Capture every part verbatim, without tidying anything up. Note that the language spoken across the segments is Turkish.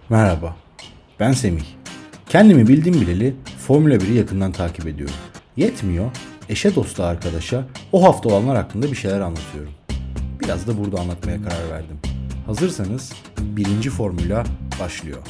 Merhaba, ben Semih. Kendimi bildim bileli Formula biri yakından takip ediyorum. Yetmiyor, eşe dosta arkadaşa o hafta olanlar hakkında bir şeyler anlatıyorum. Biraz da burada anlatmaya karar verdim. Hazırsanız birinci Formula başlıyor.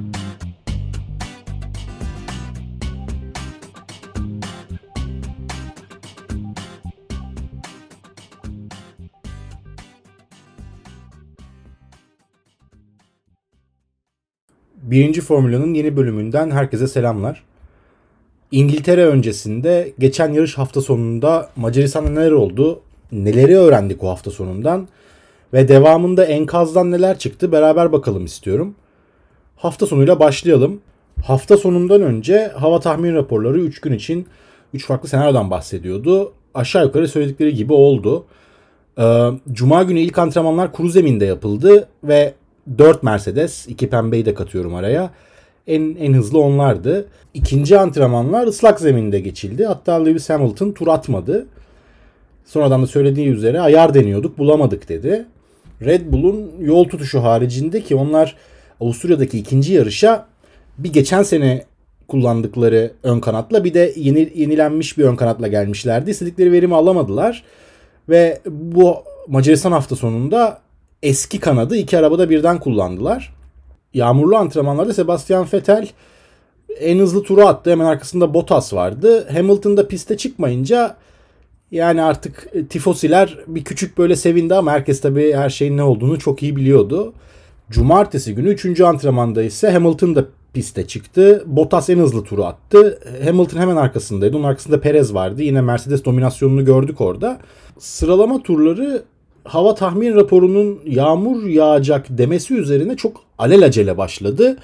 Birinci Formula'nın yeni bölümünden herkese selamlar. İngiltere öncesinde geçen yarış hafta sonunda Macaristan'da neler oldu, neleri öğrendik o hafta sonundan ve devamında enkazdan neler çıktı beraber bakalım istiyorum. Hafta sonuyla başlayalım. Hafta sonundan önce hava tahmin raporları üç gün için üç farklı senaryodan bahsediyordu. Aşağı yukarı söyledikleri gibi oldu. Ee, Cuma günü ilk antrenmanlar kuru zeminde yapıldı ve dört Mercedes, iki pembeyi de katıyorum araya. En, en hızlı onlardı. İkinci antrenmanlar ıslak zeminde geçildi. Hatta Lewis Hamilton tur atmadı. Sonradan da söylediği üzere ayar deniyorduk, bulamadık dedi. Red Bull'un yol tutuşu haricinde ki onlar Avusturya'daki ikinci yarışa bir geçen sene kullandıkları ön kanatla bir de yeni, yenilenmiş bir ön kanatla gelmişlerdi. İstedikleri verimi alamadılar. Ve bu Macaristan hafta sonunda eski kanadı iki arabada birden kullandılar. Yağmurlu antrenmanlarda Sebastian Vettel en hızlı turu attı. Hemen arkasında Bottas vardı. Hamilton da piste çıkmayınca yani artık tifosiler bir küçük böyle sevindi ama herkes tabii her şeyin ne olduğunu çok iyi biliyordu. Cumartesi günü üçüncü antrenmanda ise Hamilton da piste çıktı. Bottas en hızlı turu attı. Hamilton hemen arkasındaydı. Onun arkasında Perez vardı. Yine Mercedes dominasyonunu gördük orada. Sıralama turları hava tahmin raporunun yağmur yağacak demesi üzerine çok alelacele başladı.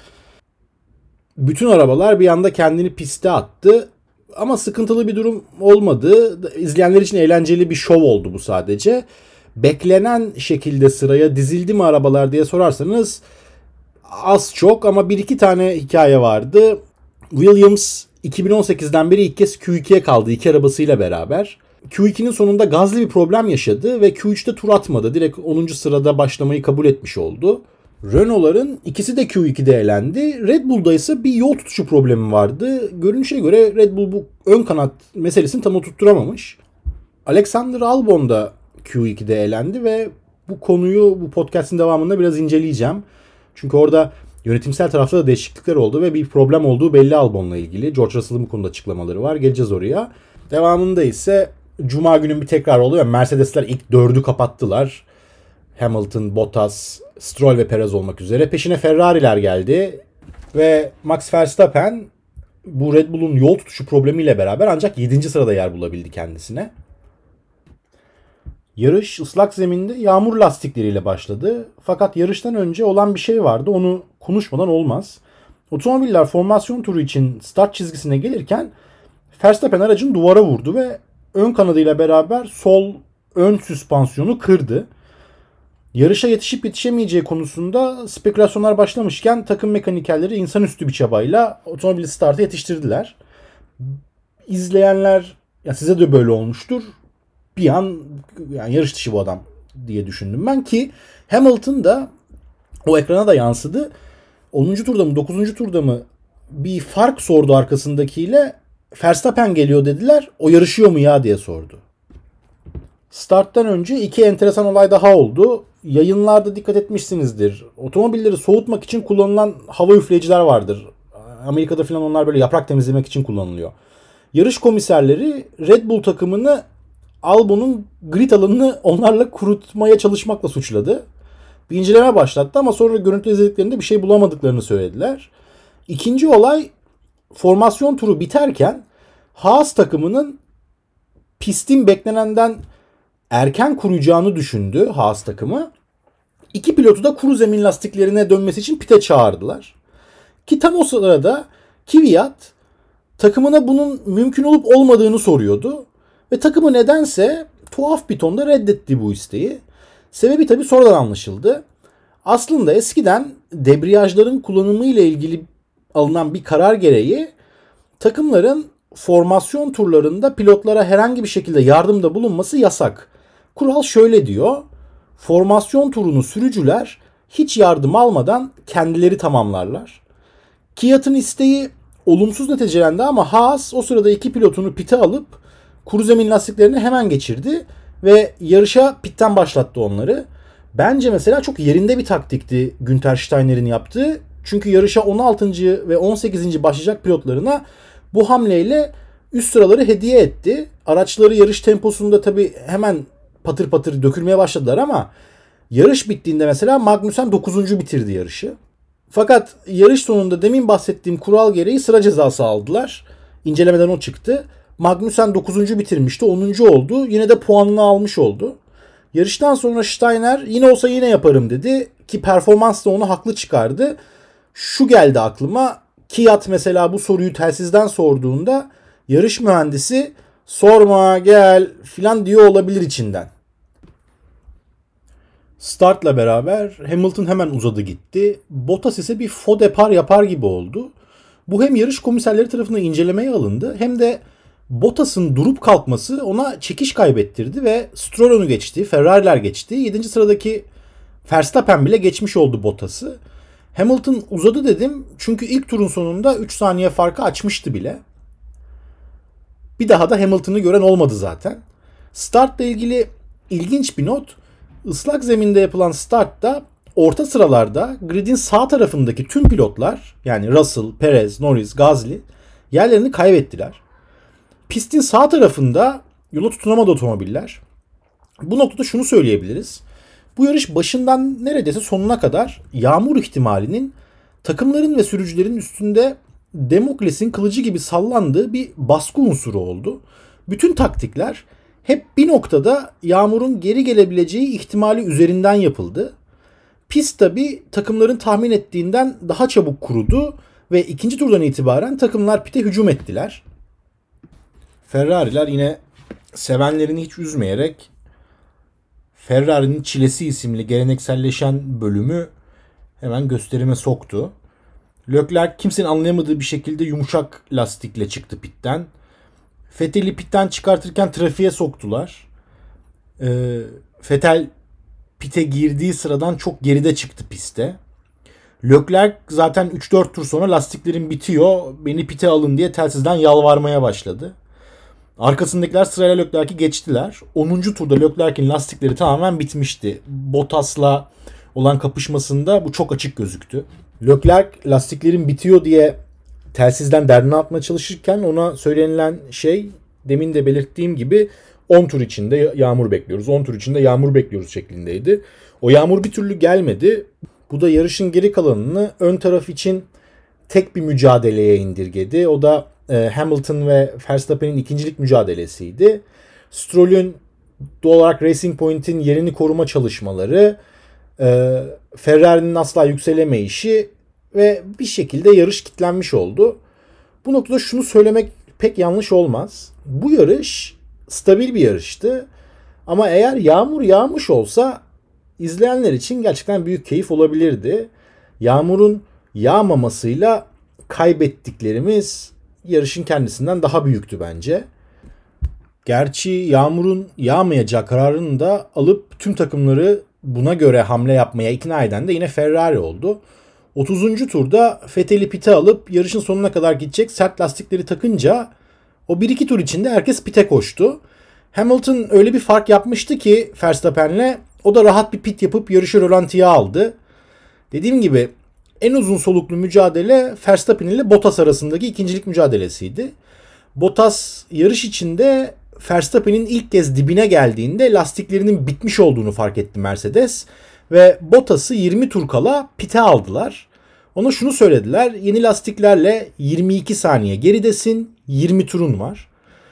Bütün arabalar bir anda kendini piste attı. Ama sıkıntılı bir durum olmadı. İzleyenler için eğlenceli bir şov oldu bu sadece. Beklenen şekilde sıraya dizildi mi arabalar diye sorarsanız az çok ama bir iki tane hikaye vardı. Williams iki bin on sekizden beri ilk kez Q ikiye kaldı iki arabasıyla beraber. Q ikinin sonunda gazlı bir problem yaşadı ve Q üçte tur atmadı. Direkt onuncu sırada başlamayı kabul etmiş oldu. Renault'ların ikisi de Q ikide elendi. Red Bull'da ise bir yol tutuşu problemi vardı. Görünüşe göre Red Bull bu ön kanat meselesini tam oturtturamamış. Alexander Albon da Q ikide elendi ve bu konuyu bu podcast'in devamında biraz inceleyeceğim. Çünkü orada yönetimsel tarafta da değişiklikler oldu ve bir problem olduğu belli Albon'la ilgili. George Russell'ın bu konuda açıklamaları var. Geleceğiz oraya. Devamında ise Cuma günün bir tekrar oluyor. Mercedesler ilk dördü kapattılar. Hamilton, Bottas, Stroll ve Perez olmak üzere. Peşine Ferrari'ler geldi. Ve Max Verstappen bu Red Bull'un yol tutuşu problemiyle beraber ancak yedinci sırada yer bulabildi kendisine. Yarış ıslak zeminde yağmur lastikleriyle başladı. Fakat yarıştan önce olan bir şey vardı. Onu konuşmadan olmaz. Otomobiller formasyon turu için start çizgisine gelirken Verstappen aracın duvara vurdu ve ön kanadıyla beraber sol ön süspansiyonu kırdı. Yarışa yetişip yetişemeyeceği konusunda spekülasyonlar başlamışken takım mekanikerleri insanüstü bir çabayla otomobili starta yetiştirdiler. İzleyenler ya size de böyle olmuştur. Bir an yani yarış dışı bu adam diye düşündüm ben ki Hamilton da o ekrana da yansıdı. onuncu turda mı dokuzuncu turda mı bir fark sordu arkasındakiyle. Verstappen geliyor dediler. O yarışıyor mu ya diye sordu. Starttan önce iki enteresan olay daha oldu. Yayınlarda dikkat etmişsinizdir. Otomobilleri soğutmak için kullanılan hava üfleyiciler vardır. Amerika'da falan onlar böyle yaprak temizlemek için kullanılıyor. Yarış komiserleri Red Bull takımını Albon'un grid alanını onlarla kurutmaya çalışmakla suçladı. Bir inceleme başlattı ama sonra görüntü izlediklerinde bir şey bulamadıklarını söylediler. İkinci olay formasyon turu biterken Haas takımının pistin beklenenden erken kuruyacağını düşündü Haas takımı. İki pilotu da kuru zemin lastiklerine dönmesi için pite çağırdılar. Ki tam o sırada Kvyat takımına bunun mümkün olup olmadığını soruyordu. Ve takımı nedense tuhaf bir tonda reddetti bu isteği. Sebebi tabii sonradan anlaşıldı. Aslında eskiden debriyajların kullanımı ile ilgili alınan bir karar gereği takımların formasyon turlarında pilotlara herhangi bir şekilde yardımda bulunması yasak. Kural şöyle diyor. Formasyon turunu sürücüler hiç yardım almadan kendileri tamamlarlar. Kvyat'ın isteği olumsuz neticelendi ama Haas o sırada iki pilotunu pite alıp kuru zemin lastiklerini hemen geçirdi ve yarışa pitten başlattı onları. Bence mesela çok yerinde bir taktikti Günther Steiner'in yaptığı. Çünkü yarışa on altıncı ve on sekizinci başlayacak pilotlarına bu hamleyle üst sıraları hediye etti. Araçları yarış temposunda tabii hemen patır patır dökülmeye başladılar ama yarış bittiğinde mesela Magnussen dokuzuncu bitirdi yarışı. Fakat yarış sonunda demin bahsettiğim kural gereği sıra cezası aldılar. İncelemeden o çıktı. Magnussen dokuzuncu bitirmişti. onuncu oldu. Yine de puanını almış oldu. Yarıştan sonra Steiner yine olsa yine yaparım dedi. Ki performans da onu haklı çıkardı. Şu geldi aklıma. Kvyat mesela bu soruyu telsizden sorduğunda yarış mühendisi sorma gel filan diyor olabilir içinden. Startla beraber Hamilton hemen uzadı gitti. Bottas ise bir faux départ yapar gibi oldu. Bu hem yarış komiserleri tarafından incelemeye alındı hem de Bottas'ın durup kalkması ona çekiş kaybettirdi ve Stroll onu geçti, Ferrari'ler geçti. yedinci sıradaki Verstappen bile geçmiş oldu Bottas'ı. Hamilton uzadı dedim çünkü ilk turun sonunda üç saniye farkı açmıştı bile. Bir daha da Hamilton'ı gören olmadı zaten. Startla ilgili ilginç bir not. Islak zeminde yapılan startta orta sıralarda gridin sağ tarafındaki tüm pilotlar yani Russell, Perez, Norris, Gasly yerlerini kaybettiler. Pistin sağ tarafında yola tutunamadı otomobiller. Bu noktada şunu söyleyebiliriz. Bu yarış başından neredeyse sonuna kadar yağmur ihtimalinin takımların ve sürücülerin üstünde Demokles'in kılıcı gibi sallandığı bir baskı unsuru oldu. Bütün taktikler hep bir noktada yağmurun geri gelebileceği ihtimali üzerinden yapıldı. Pist tabi takımların tahmin ettiğinden daha çabuk kurudu ve ikinci turdan itibaren takımlar pite hücum ettiler. Ferrari'ler yine sevenlerini hiç üzmeyerek Ferrari'nin Çilesi isimli gelenekselleşen bölümü hemen gösterime soktu. Leclerc kimsenin anlayamadığı bir şekilde yumuşak lastikle çıktı pitten. Vettel'i pitten çıkartırken trafiğe soktular. Ee, Vettel pite girdiği sıradan çok geride çıktı piste. Leclerc zaten üç dört tur sonra lastiklerim bitiyor, beni pite alın diye telsizden yalvarmaya başladı. Arkasındakiler sırayla Leclerc'i geçtiler. onuncu turda Leclerc'in lastikleri tamamen bitmişti. Bottas'la olan kapışmasında bu çok açık gözüktü. Leclerc lastiklerin bitiyor diye telsizden derdini atmaya çalışırken ona söylenilen şey demin de belirttiğim gibi on tur içinde yağmur bekliyoruz. on tur içinde yağmur bekliyoruz şeklindeydi. O yağmur bir türlü gelmedi. Bu da yarışın geri kalanını ön taraf için tek bir mücadeleye indirgedi. O da e, Hamilton ve Verstappen'in ikincilik mücadelesiydi. Stroll'ün doğal olarak Racing Point'in yerini koruma çalışmaları, e, Ferrari'nin asla yükselemeyişi ve bir şekilde yarış kilitlenmiş oldu. Bu noktada şunu söylemek pek yanlış olmaz. Bu yarış stabil bir yarıştı. Ama eğer yağmur yağmış olsa izleyenler için gerçekten büyük keyif olabilirdi. Yağmurun yağmamasıyla kaybettiklerimiz yarışın kendisinden daha büyüktü bence. Gerçi yağmurun yağmayacağı kararını da alıp tüm takımları buna göre hamle yapmaya ikna eden de yine Ferrari oldu. otuzuncu turda Vettel'i pite alıp yarışın sonuna kadar gidecek sert lastikleri takınca o bir iki tur içinde herkes pite koştu. Hamilton öyle bir fark yapmıştı ki Verstappen'le o da rahat bir pit yapıp yarışı rölantiye aldı. Dediğim gibi en uzun soluklu mücadele Verstappen ile Bottas arasındaki ikincilik mücadelesiydi. Bottas yarış içinde Verstappen'in ilk kez dibine geldiğinde lastiklerinin bitmiş olduğunu fark etti Mercedes ve Bottas'ı yirmi tur kala pite aldılar. Ona şunu söylediler: yeni lastiklerle yirmi iki saniye geridesin, yirmi turun var.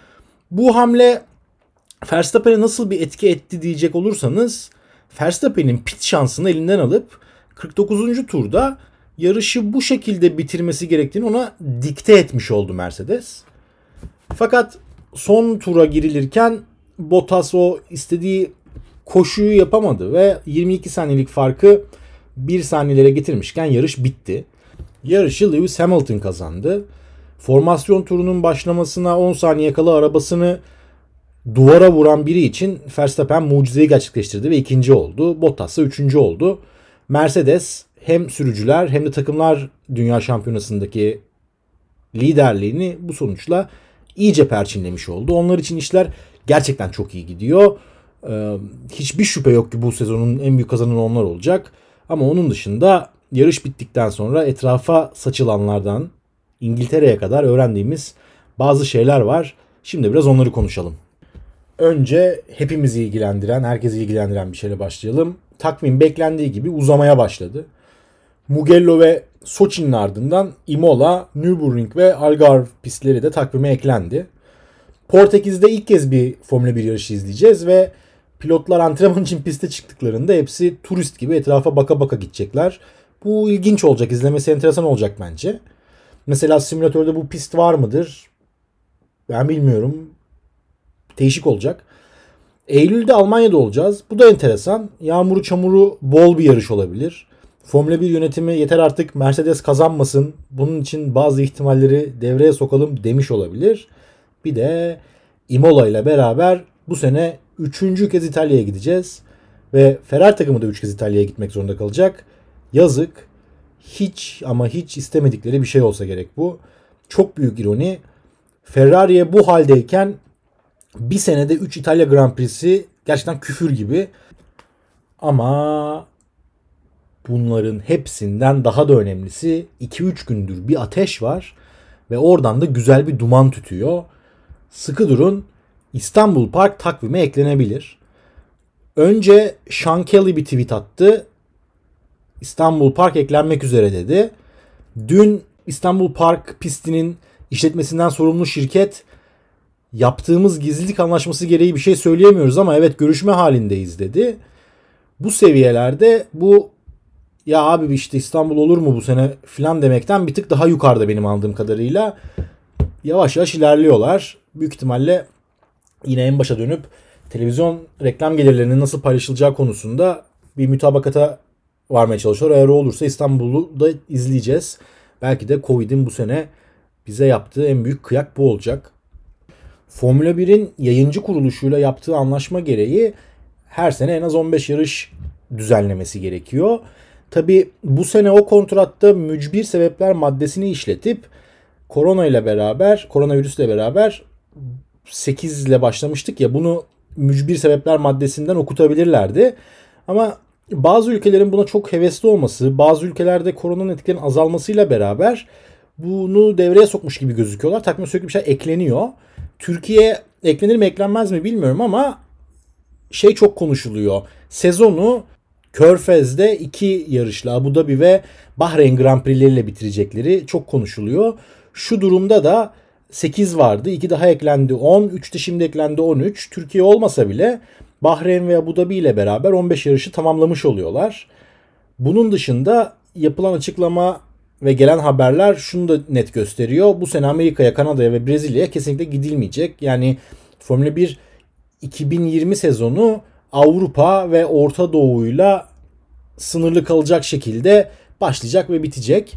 Bu hamle Verstappen'e nasıl bir etki etti diyecek olursanız, Verstappen'in pit şansını elinden alıp kırk dokuzuncu turda yarışı bu şekilde bitirmesi gerektiğini ona dikte etmiş oldu Mercedes. Fakat son tura girilirken Bottas o istediği koşuyu yapamadı ve yirmi iki saniyelik farkı bir saniyelere getirmişken yarış bitti. Yarışı Lewis Hamilton kazandı. Formasyon turunun başlamasına on saniye kala arabasını duvara vuran biri için Verstappen mucizeyi gerçekleştirdi ve ikinci oldu. Bottas ise üçüncü oldu. Mercedes hem sürücüler hem de takımlar dünya şampiyonasındaki liderliğini bu sonuçla iyice perçinlemiş oldu. Onlar için işler gerçekten çok iyi gidiyor. Ee, hiçbir şüphe yok ki bu sezonun en büyük kazananı onlar olacak. Ama onun dışında yarış bittikten sonra etrafa saçılanlardan İngiltere'ye kadar öğrendiğimiz bazı şeyler var. Şimdi biraz onları konuşalım. Önce hepimizi ilgilendiren, herkesi ilgilendiren bir şeyle başlayalım. Takvim beklendiği gibi uzamaya başladı. Mugello ve Sochi'nin ardından Imola, Nürburgring ve Algarve pistleri de takvime eklendi. Portekiz'de ilk kez bir Formula bir yarışı izleyeceğiz ve pilotlar antrenman için piste çıktıklarında hepsi turist gibi etrafa baka baka gidecekler. Bu ilginç olacak, izlemesi enteresan olacak bence. Mesela simülatörde bu pist var mıdır? Ben bilmiyorum. Değişik olacak. Eylül'de Almanya'da olacağız. Bu da enteresan. Yağmuru çamuru bol bir yarış olabilir. Formula bir yönetimi yeter artık Mercedes kazanmasın. Bunun için bazı ihtimalleri devreye sokalım demiş olabilir. Bir de Imola ile beraber bu sene üçüncü kez İtalya'ya gideceğiz. Ve Ferrari takımı da üç kez İtalya'ya gitmek zorunda kalacak. Yazık. Hiç ama hiç istemedikleri bir şey olsa gerek bu. Çok büyük ironi. Ferrari'ye bu haldeyken bir senede üç İtalya Grand Prix'si gerçekten küfür gibi. Ama bunların hepsinden daha da önemlisi iki üç gündür bir ateş var ve oradan da güzel bir duman tütüyor. Sıkı durun, İstanbul Park takvime eklenebilir. Önce Sean Kelly bir tweet attı. İstanbul Park eklenmek üzere dedi. Dün İstanbul Park pistinin işletmesinden sorumlu şirket yaptığımız gizlilik anlaşması gereği bir şey söyleyemiyoruz ama evet görüşme halindeyiz dedi. Bu seviyelerde bu ya abi işte İstanbul olur mu bu sene filan demekten bir tık daha yukarıda benim aldığım kadarıyla. Yavaş yavaş ilerliyorlar. Büyük ihtimalle yine en başa dönüp televizyon reklam gelirlerinin nasıl paylaşılacağı konusunda bir mütabakata varmaya çalışıyorlar. Eğer o olursa İstanbul'u da izleyeceğiz. Belki de Covid'in bu sene bize yaptığı en büyük kıyak bu olacak. Formula birin yayıncı kuruluşuyla yaptığı anlaşma gereği her sene en az on beş yarış düzenlemesi gerekiyor. Tabi bu sene o kontratta mücbir sebepler maddesini işletip korona ile beraber, koronavirüsle beraber sekiz ile başlamıştık ya, bunu mücbir sebepler maddesinden okutabilirlerdi. Ama bazı ülkelerin buna çok hevesli olması, bazı ülkelerde koronanın etkilerinin azalmasıyla beraber bunu devreye sokmuş gibi gözüküyorlar. Takvime sürekli bir şey ekleniyor. Türkiye eklenir mi eklenmez mi bilmiyorum ama şey çok konuşuluyor. Sezonu Körfez'de iki yarışla Abu Dhabi ve Bahreyn Grand Prix'leriyle bitirecekleri çok konuşuluyor. Şu durumda da sekiz vardı. iki daha eklendi on. üç de şimdi eklendi on üç. Türkiye olmasa bile Bahreyn ve Abu Dhabi ile beraber on beş yarışı tamamlamış oluyorlar. Bunun dışında yapılan açıklama ve gelen haberler şunu da net gösteriyor. Bu sene Amerika'ya, Kanada'ya ve Brezilya'ya kesinlikle gidilmeyecek. Yani Formula bir iki bin yirmi sezonu Avrupa ve Orta Doğu'yla sınırlı kalacak şekilde başlayacak ve bitecek.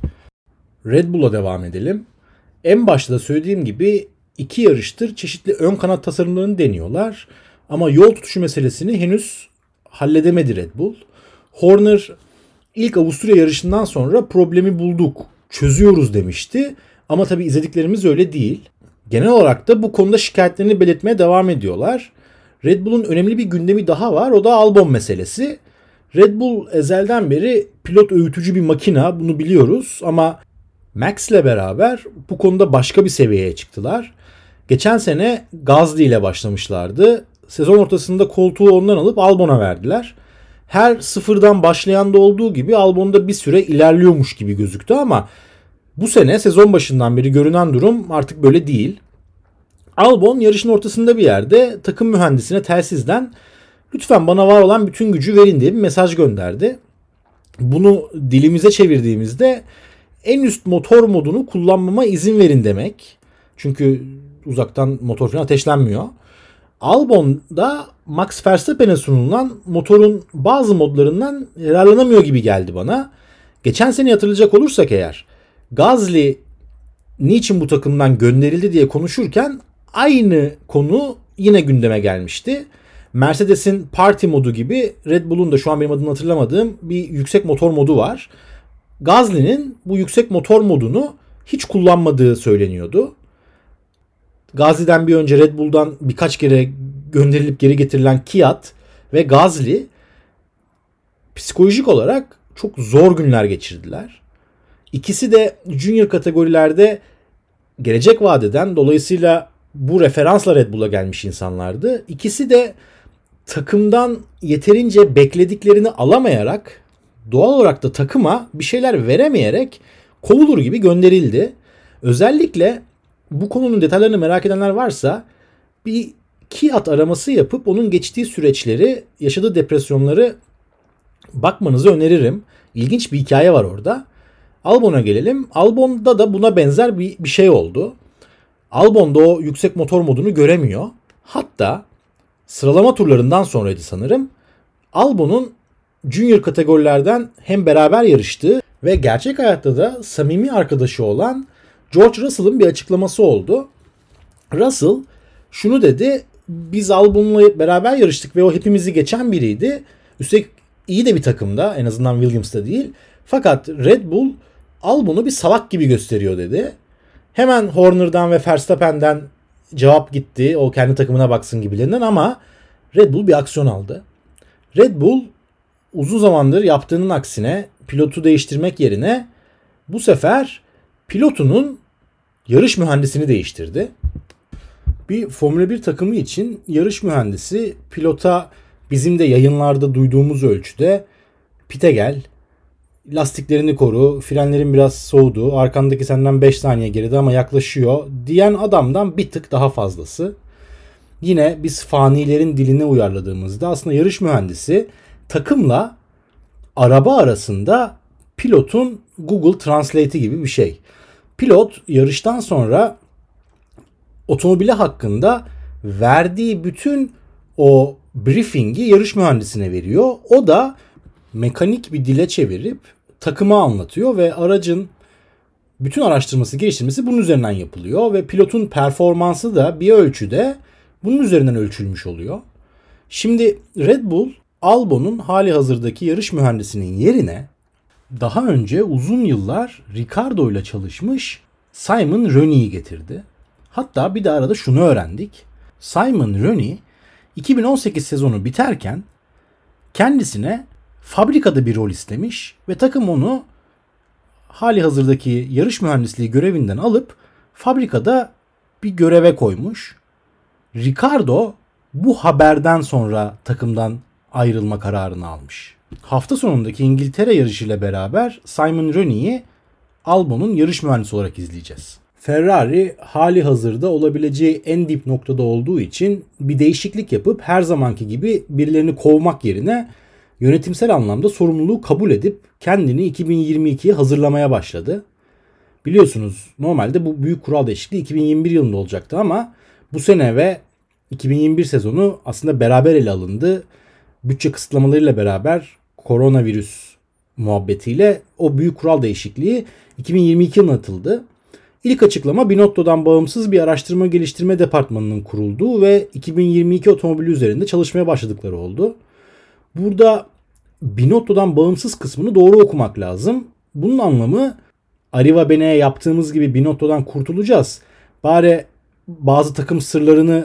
Red Bull'a devam edelim. En başta da söylediğim gibi iki yarıştır çeşitli ön kanat tasarımlarını deniyorlar. Ama yol tutuşu meselesini henüz halledemedi Red Bull. Horner ilk Avusturya yarışından sonra problemi bulduk, çözüyoruz demişti. Ama tabii izlediklerimiz öyle değil. Genel olarak da bu konuda şikayetlerini belirtmeye devam ediyorlar. Red Bull'un önemli bir gündemi daha var. O da Albon meselesi. Red Bull ezelden beri pilot öğütücü bir makina, bunu biliyoruz ama Max'le beraber bu konuda başka bir seviyeye çıktılar. Geçen sene Gasly ile başlamışlardı. Sezon ortasında koltuğu ondan alıp Albon'a verdiler. Her sıfırdan başlayan da olduğu gibi Albon'da bir süre ilerliyormuş gibi gözüktü ama bu sene sezon başından beri görünen durum artık böyle değil. Albon yarışın ortasında bir yerde takım mühendisine telsizden lütfen bana var olan bütün gücü verin diye bir mesaj gönderdi. Bunu dilimize çevirdiğimizde en üst motor modunu kullanmama izin verin demek. Çünkü uzaktan motor falan ateşlenmiyor. Albon da Max Verstappen'e sunulan motorun bazı modlarından yararlanamıyor gibi geldi bana. Geçen sene hatırlayacak olursak eğer Gasly niçin bu takımdan gönderildi diye konuşurken aynı konu yine gündeme gelmişti. Mercedes'in Party modu gibi Red Bull'un da şu an benim adını hatırlamadığım bir yüksek motor modu var. Gasly'nin bu yüksek motor modunu hiç kullanmadığı söyleniyordu. Gasly'den bir önce Red Bull'dan birkaç kere gönderilip geri getirilen Kvyat ve Gasly psikolojik olarak çok zor günler geçirdiler. İkisi de junior kategorilerde gelecek vadeden, dolayısıyla bu referansla Red Bull'a gelmiş insanlardı. İkisi de takımdan yeterince beklediklerini alamayarak, doğal olarak da takıma bir şeyler veremeyerek kovulur gibi gönderildi. Özellikle bu konunun detaylarını merak edenler varsa bir Kvyat araması yapıp onun geçtiği süreçleri, yaşadığı depresyonları bakmanızı öneririm. İlginç bir hikaye var orada. Albon'a gelelim. Albon'da da buna benzer bir, bir şey oldu. Albon da o yüksek motor modunu göremiyor. Hatta sıralama turlarından sonraydı sanırım. Albon'un junior kategorilerden hem beraber yarıştığı ve gerçek hayatta da samimi arkadaşı olan George Russell'ın bir açıklaması oldu. Russell şunu dedi: biz Albon'la beraber yarıştık ve o hepimizi geçen biriydi. Üstelik iyi de bir takımda, en azından Williams'ta değil. Fakat Red Bull Albon'u bir salak gibi gösteriyor dedi. Hemen Horner'dan ve Verstappen'den cevap gitti. O kendi takımına baksın gibilerinden, ama Red Bull bir aksiyon aldı. Red Bull uzun zamandır yaptığının aksine pilotu değiştirmek yerine bu sefer pilotunun yarış mühendisini değiştirdi. Bir Formula bir takımı için yarış mühendisi pilota bizim de yayınlarda duyduğumuz ölçüde pite gel, lastiklerini koru, frenlerin biraz soğudu, arkandaki senden beş saniye geride ama yaklaşıyor diyen adamdan bir tık daha fazlası. Yine biz fanilerin diline uyarladığımızda aslında yarış mühendisi takımla araba arasında pilotun Google Translate'i gibi bir şey. Pilot yarıştan sonra otomobili hakkında verdiği bütün o briefingi yarış mühendisine veriyor. O da mekanik bir dile çevirip takıma anlatıyor ve aracın bütün araştırması, geliştirmesi bunun üzerinden yapılıyor ve pilotun performansı da bir ölçüde bunun üzerinden ölçülmüş oluyor. Şimdi Red Bull, Albon'un hali hazırdaki yarış mühendisinin yerine daha önce uzun yıllar Ricardo ile çalışmış Simon Rennie'yi getirdi. Hatta bir de arada şunu öğrendik. Simon Rennie iki bin on sekiz sezonu biterken kendisine fabrikada bir rol istemiş ve takım onu hali hazırdaki yarış mühendisliği görevinden alıp fabrikada bir göreve koymuş. Ricardo bu haberden sonra takımdan ayrılma kararını almış. Hafta sonundaki İngiltere yarışıyla beraber Simon Rennie'yi Albon'un yarış mühendisi olarak izleyeceğiz. Ferrari hali hazırda olabileceği en dip noktada olduğu için bir değişiklik yapıp her zamanki gibi birilerini kovmak yerine yönetimsel anlamda sorumluluğu kabul edip kendini iki bin yirmi ikiye hazırlamaya başladı. Biliyorsunuz normalde bu büyük kural değişikliği iki bin yirmi bir yılında olacaktı ama bu sene ve iki bin yirmi bir sezonu aslında beraber ele alındı. Bütçe kısıtlamalarıyla beraber koronavirüs muhabbetiyle o büyük kural değişikliği iki bin yirmi iki yılına atıldı. İlk açıklama Binotto'dan bağımsız bir araştırma geliştirme departmanının kurulduğu ve iki bin yirmi iki otomobili üzerinde çalışmaya başladıkları oldu. Burada Binotto'dan bağımsız kısmını doğru okumak lazım. Bunun anlamı Arriva Bene'ye yaptığımız gibi Binotto'dan kurtulacağız, bari bazı takım sırlarını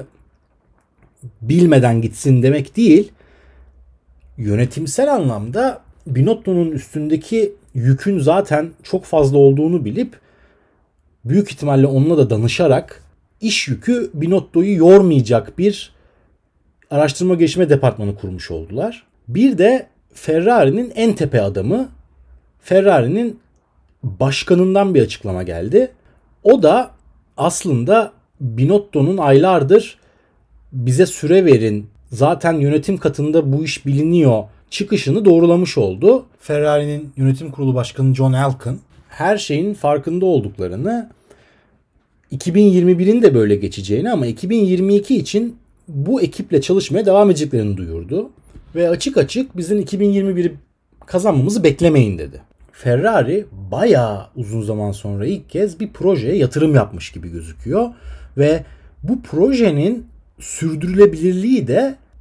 bilmeden gitsin demek değil. Yönetimsel anlamda Binotto'nun üstündeki yükün zaten çok fazla olduğunu bilip büyük ihtimalle onunla da danışarak iş yükü Binotto'yu yormayacak bir araştırma geliştirme departmanı kurmuş oldular. Bir de Ferrari'nin en tepe adamı, Ferrari'nin başkanından bir açıklama geldi. O da aslında Binotto'nun aylardır bize süre verin, zaten yönetim katında bu iş biliniyor çıkışını doğrulamış oldu. Ferrari'nin yönetim kurulu başkanı John Elkann her şeyin farkında olduklarını, iki bin yirmi birin de böyle geçeceğini ama iki bin yirmi iki için bu ekiple çalışmaya devam edeceklerini duyurdu. Ve açık açık bizim iki bin yirmi biri kazanmamızı beklemeyin dedi. Ferrari bayağı uzun zaman sonra ilk kez bir projeye yatırım yapmış gibi gözüküyor. Ve bu projenin sürdürülebilirliği de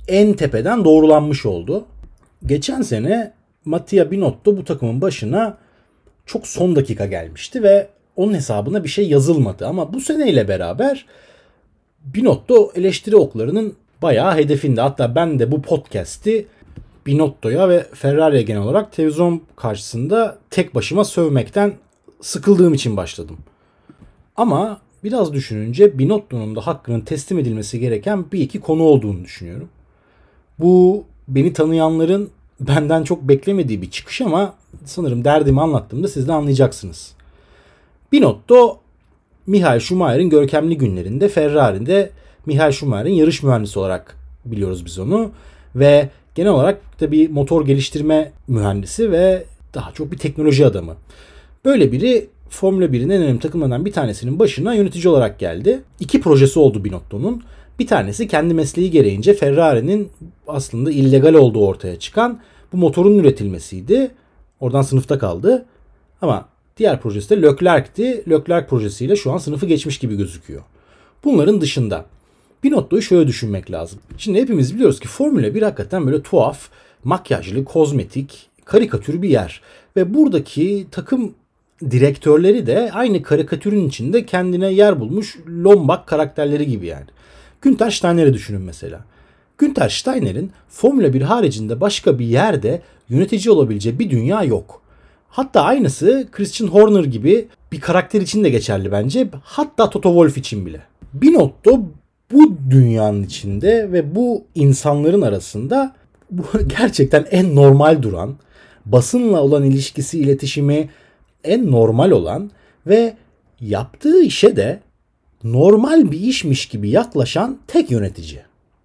en tepeden doğrulanmış oldu. Geçen sene Mattia Binotto bu takımın başına çok son dakika gelmişti ve onun hesabına bir şey yazılmadı. Ama bu seneyle beraber Binotto eleştiri oklarının bayağı hedefinde. Hatta ben de bu podcast'i Binotto'ya ve Ferrari'ye genel olarak televizyon karşısında tek başıma sövmekten sıkıldığım için başladım. Ama biraz düşününce Binotto'nun da hakkının teslim edilmesi gereken bir iki konu olduğunu düşünüyorum. Bu beni tanıyanların benden çok beklemediği bir çıkış ama sanırım derdimi anlattığımda siz de anlayacaksınız. Binotto, Michael Schumacher'in görkemli günlerinde Ferrari'de Michael Schumacher'in yarış mühendisi olarak biliyoruz biz onu. Ve genel olarak da bir motor geliştirme mühendisi ve daha çok bir teknoloji adamı. Böyle biri Formula birin en önemli takımlarından bir tanesinin başına yönetici olarak geldi. İki projesi oldu Binotto'nun. Bir tanesi kendi mesleği gereğince Ferrari'nin aslında illegal olduğu ortaya çıkan bu motorun üretilmesiydi. Oradan sınıfta kaldı. Ama diğer projesi de Leclerc'ti. Leclerc projesiyle şu an sınıfı geçmiş gibi gözüküyor. Bunların dışında Binotto'yu şöyle düşünmek lazım. Şimdi hepimiz biliyoruz ki Formula bir hakikaten böyle tuhaf, makyajlı, kozmetik, karikatür bir yer. Ve buradaki takım direktörleri de aynı karikatürün içinde kendine yer bulmuş lombak karakterleri gibi yani. Günther Steiner'i düşünün mesela. Günther Steiner'in Formula bir haricinde başka bir yerde yönetici olabileceği bir dünya yok. Hatta aynısı Christian Horner gibi bir karakter için de geçerli bence. Hatta Toto Wolff için bile. Binotto bu dünyanın içinde ve bu insanların arasında bu gerçekten en normal duran, basınla olan ilişkisi, iletişimi en normal olan ve yaptığı işe de normal bir işmiş gibi yaklaşan tek yönetici.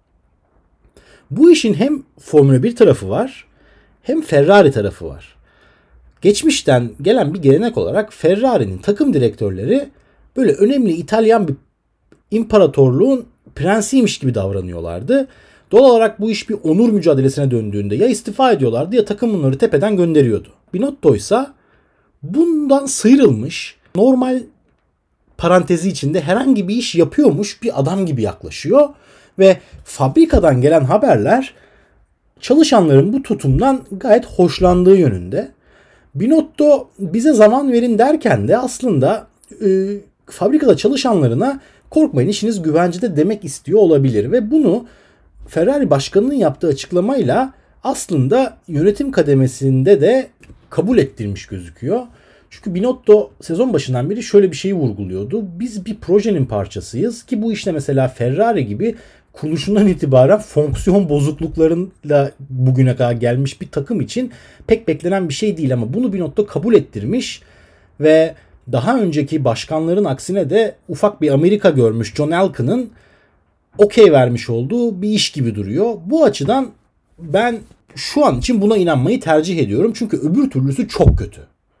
Bu işin hem Formula bir tarafı var hem Ferrari tarafı var. Geçmişten gelen bir gelenek olarak Ferrari'nin takım direktörleri böyle önemli İtalyan bir imparatorluğun prensiymiş gibi davranıyorlardı. Doğal olarak bu iş bir onur mücadelesine döndüğünde ya istifa ediyorlardı ya takım bunları tepeden gönderiyordu. Binotto ise bundan sıyrılmış, normal parantezi içinde herhangi bir iş yapıyormuş bir adam gibi yaklaşıyor ve fabrikadan gelen haberler çalışanların bu tutumdan gayet hoşlandığı yönünde. Binotto bize zaman verin derken de aslında e, fabrikada çalışanlarına korkmayın işiniz güvencede demek istiyor olabilir ve bunu Ferrari başkanının yaptığı açıklamayla aslında yönetim kademesinde de kabul ettirmiş gözüküyor. Çünkü Binotto sezon başından beri şöyle bir şeyi vurguluyordu. Biz bir projenin parçasıyız ki bu işte mesela Ferrari gibi kuruluşundan itibaren fonksiyon bozukluklarıyla bugüne kadar gelmiş bir takım için pek beklenen bir şey değil ama bunu Binotto kabul ettirmiş ve daha önceki başkanların aksine de ufak bir Amerika görmüş John Elkan'ın okey vermiş olduğu bir iş gibi duruyor. Bu açıdan ben şu an için buna inanmayı tercih ediyorum. Çünkü öbür türlüsü çok kötü.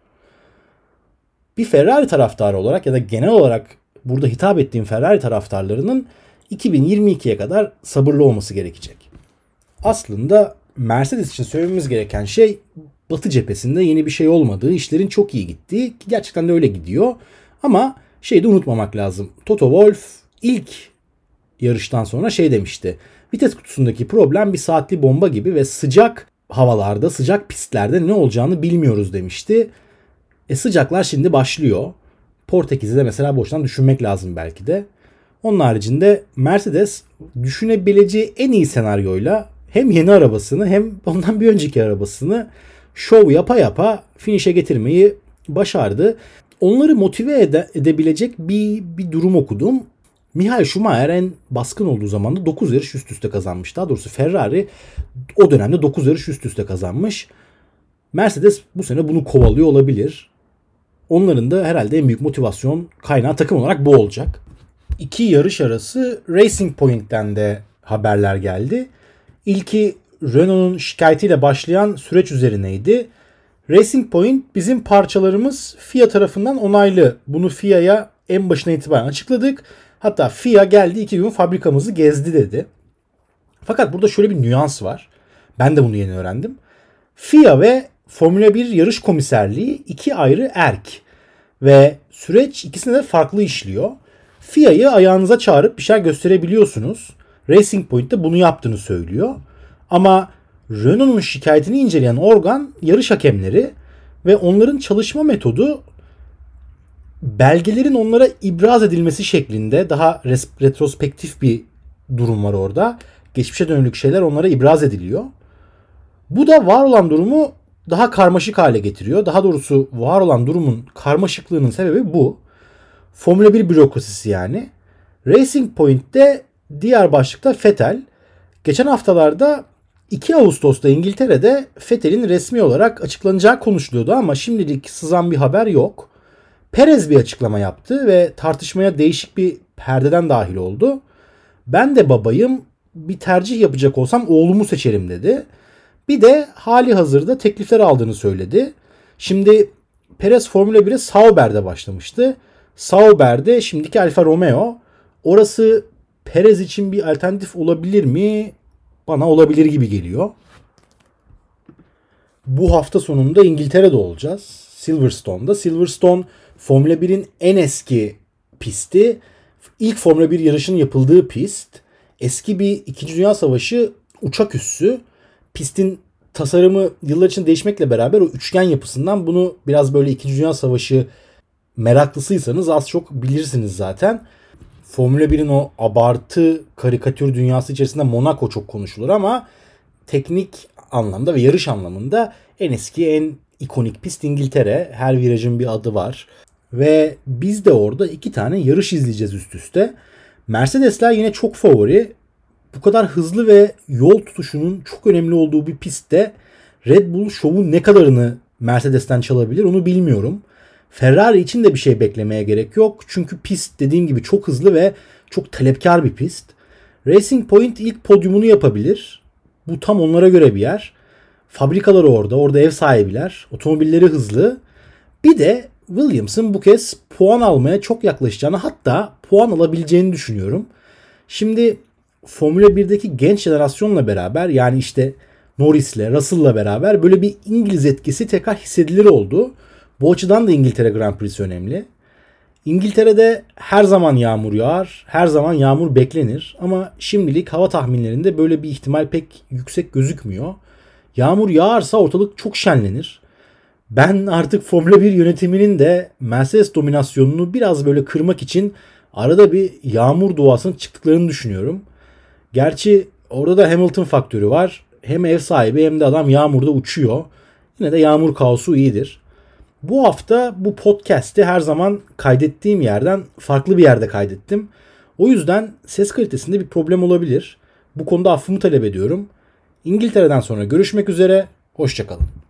Bir Ferrari taraftarı olarak ya da genel olarak burada hitap ettiğim Ferrari taraftarlarının iki bin yirmi ikiye kadar sabırlı olması gerekecek. Aslında Mercedes için söylememiz gereken şey Batı cephesinde yeni bir şey olmadığı, işlerin çok iyi gittiği ki gerçekten de öyle gidiyor. Ama şeyi de unutmamak lazım. Toto Wolff ilk yarıştan sonra şey demişti. Vites kutusundaki problem bir saatli bomba gibi ve sıcak havalarda, sıcak pistlerde ne olacağını bilmiyoruz demişti. E sıcaklar şimdi başlıyor. Portekiz'de de mesela boştan düşünmek lazım belki de. Onun haricinde Mercedes düşünebileceği en iyi senaryoyla hem yeni arabasını hem ondan bir önceki arabasını şov yapa yapa finish'e getirmeyi başardı. Onları motive ede- edebilecek bir, bir durum okudum. Michael Schumacher en baskın olduğu zaman da dokuz yarış üst üste kazanmış. Daha doğrusu Ferrari o dönemde dokuz yarış üst üste kazanmış. Mercedes bu sene bunu kovalıyor olabilir. Onların da herhalde en büyük motivasyon kaynağı takım olarak bu olacak. İki yarış arası Racing Point'ten de haberler geldi. İlki Renault'un şikayetiyle başlayan süreç üzerineydi. Racing Point bizim parçalarımız F I A tarafından onaylı. Bunu F I A'ya en başına itibaren açıkladık. Hatta F I A geldi iki gün fabrikamızı gezdi dedi. Fakat burada şöyle bir nüans var. Ben de bunu yeni öğrendim. F I A ve Formula bir yarış komiserliği iki ayrı erk. Ve süreç ikisine de farklı işliyor. F I A'yı ayağınıza çağırıp bir şey gösterebiliyorsunuz. Racing Point de bunu yaptığını söylüyor. Ama Renault'un şikayetini inceleyen organ yarış hakemleri ve onların çalışma metodu belgelerin onlara ibraz edilmesi şeklinde daha retrospektif bir durum var orada. Geçmişe dönük şeyler onlara ibraz ediliyor. Bu da var olan durumu daha karmaşık hale getiriyor. Daha doğrusu var olan durumun karmaşıklığının sebebi bu. Formula bir bürokrasisi yani. Racing Point'te diğer başlıkta Vettel. Geçen haftalarda iki Ağustos'ta İngiltere'de Vettel'in resmi olarak açıklanacağı konuşuluyordu ama şimdilik sızan bir haber yok. Perez bir açıklama yaptı ve tartışmaya değişik bir perdeden dahil oldu. Ben de babayım, bir tercih yapacak olsam oğlumu seçerim dedi. Bir de hali hazırda teklifler aldığını söyledi. Şimdi Perez Formula bire Sauber'de başlamıştı. Sauber'de şimdiki Alfa Romeo. Orası Perez için bir alternatif olabilir mi? Bana olabilir gibi geliyor. Bu hafta sonunda İngiltere'de olacağız. Silverstone'da. Silverstone Formula birin en eski pisti. İlk Formula bir yarışının yapıldığı pist. Eski bir İkinci Dünya Savaşı uçak üssü. Pistin tasarımı yıllar içinde değişmekle beraber o üçgen yapısından bunu biraz böyle İkinci Dünya Savaşı meraklısıysanız az çok bilirsiniz zaten. Formula birin o abartı karikatür dünyası içerisinde Monaco çok konuşulur ama teknik anlamda ve yarış anlamında en eski, en ikonik pist İngiltere. Her virajın bir adı var. Ve biz de orada iki tane yarış izleyeceğiz üst üste. Mercedesler yine çok favori. Bu kadar hızlı ve yol tutuşunun çok önemli olduğu bir pistte Red Bull şovun ne kadarını Mercedes'ten çalabilir onu bilmiyorum. Ferrari için de bir şey beklemeye gerek yok. Çünkü pist dediğim gibi çok hızlı ve çok talepkar bir pist. Racing Point ilk podyumunu yapabilir. Bu tam onlara göre bir yer. Fabrikaları orada, orada ev sahibiler. Otomobilleri hızlı. Bir de Williams'ın bu kez puan almaya çok yaklaşacağını, hatta puan alabileceğini düşünüyorum. Şimdi Formula birdeki genç jenerasyonla beraber, yani işte Norris'le, Russell'la beraber böyle bir İngiliz etkisi tekrar hissedilir oldu. Bu açıdan da İngiltere Grand Prix'si önemli. İngiltere'de her zaman yağmur yağar, her zaman yağmur beklenir ama şimdilik hava tahminlerinde böyle bir ihtimal pek yüksek gözükmüyor. Yağmur yağarsa ortalık çok şenlenir. Ben artık Formula bir yönetiminin de Mercedes dominasyonunu biraz böyle kırmak için arada bir yağmur duasının çıktıklarını düşünüyorum. Gerçi orada da Hamilton faktörü var. Hem ev sahibi hem de adam yağmurda uçuyor. Yine de yağmur kaosu iyidir. Bu hafta bu podcast'i her zaman kaydettiğim yerden farklı bir yerde kaydettim. O yüzden ses kalitesinde bir problem olabilir. Bu konuda affımı talep ediyorum. İngiltere'den sonra görüşmek üzere. Hoşça kalın.